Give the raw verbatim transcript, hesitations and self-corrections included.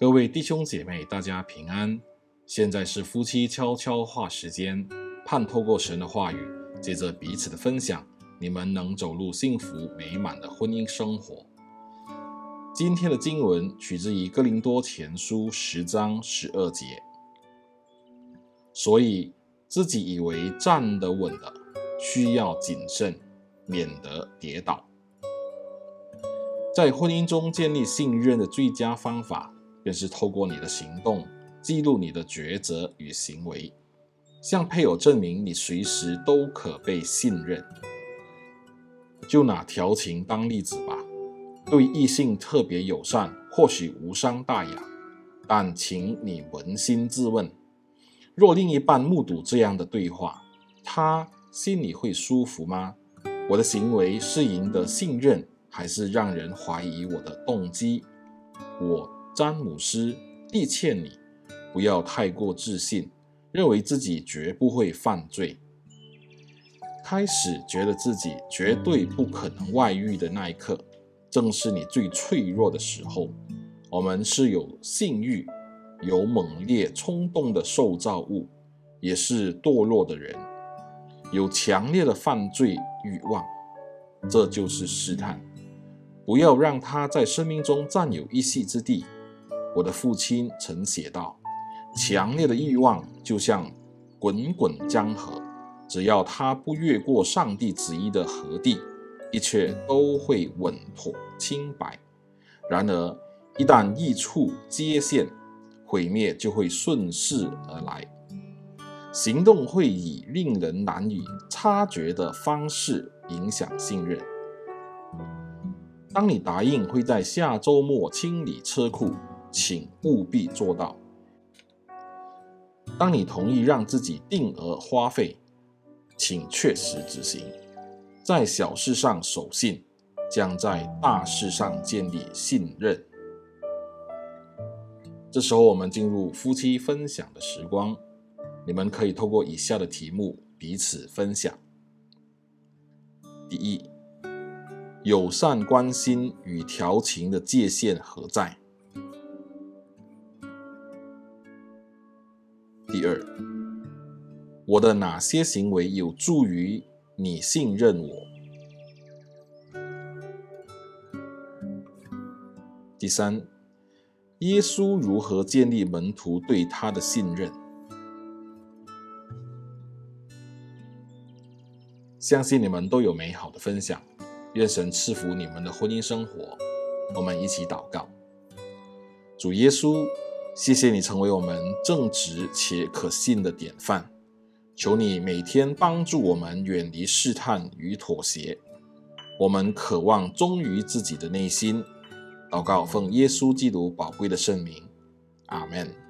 各位弟兄姐妹，大家平安。现在是夫妻悄悄话时间，盼透过神的话语，借着彼此的分享，你们能走入幸福美满的婚姻生活。今天的经文取自于哥林多前书十章十二节。所以自己以为站得稳的，需要谨慎，免得跌倒。在婚姻中建立信任的最佳方法，便是透过你的行动记录你的抉择与行为，向配偶证明你随时都可被信任。就拿调情当例子吧，对异性特别友善，或许无伤大雅，但请你扪心自问，若另一半目睹这样的对话，他心里会舒服吗？我的行为是赢得信任，还是让人怀疑我的动机？我詹姆斯力劝你不要太过自信，认为自己绝不会犯罪。开始觉得自己绝对不可能外遇的那一刻，正是你最脆弱的时候。我们是有性欲、有猛烈冲动的受造物，也是堕落的人，有强烈的犯罪欲望，这就是试探。不要让他在生命中占有一席之地。我的父亲曾写道，强烈的欲望就像滚滚江河，只要他不越过上帝旨意的河地，一切都会稳妥清白。然而一旦一触接线，毁灭就会顺势而来。行动会以令人难以察觉的方式影响信任。当你答应会在下周末清理车库，请务必做到。当你同意让自己定额花费，请确实执行。在小事上守信，将在大事上建立信任。这时候我们进入夫妻分享的时光，你们可以透过以下的题目彼此分享。第一，友善关心与调情的界限何在？第二，我的哪些行为有助于你信任我？第三，耶稣如何建立门徒对他的信任？相信你们都有美好的分享，愿神赐福你们的婚姻生活。我们一起祷告。主耶稣，谢谢你成为我们正直且可信的典范，求你每天帮助我们远离试探与妥协。我们渴望忠于自己的内心。祷告奉耶稣基督宝贵的圣名，阿们。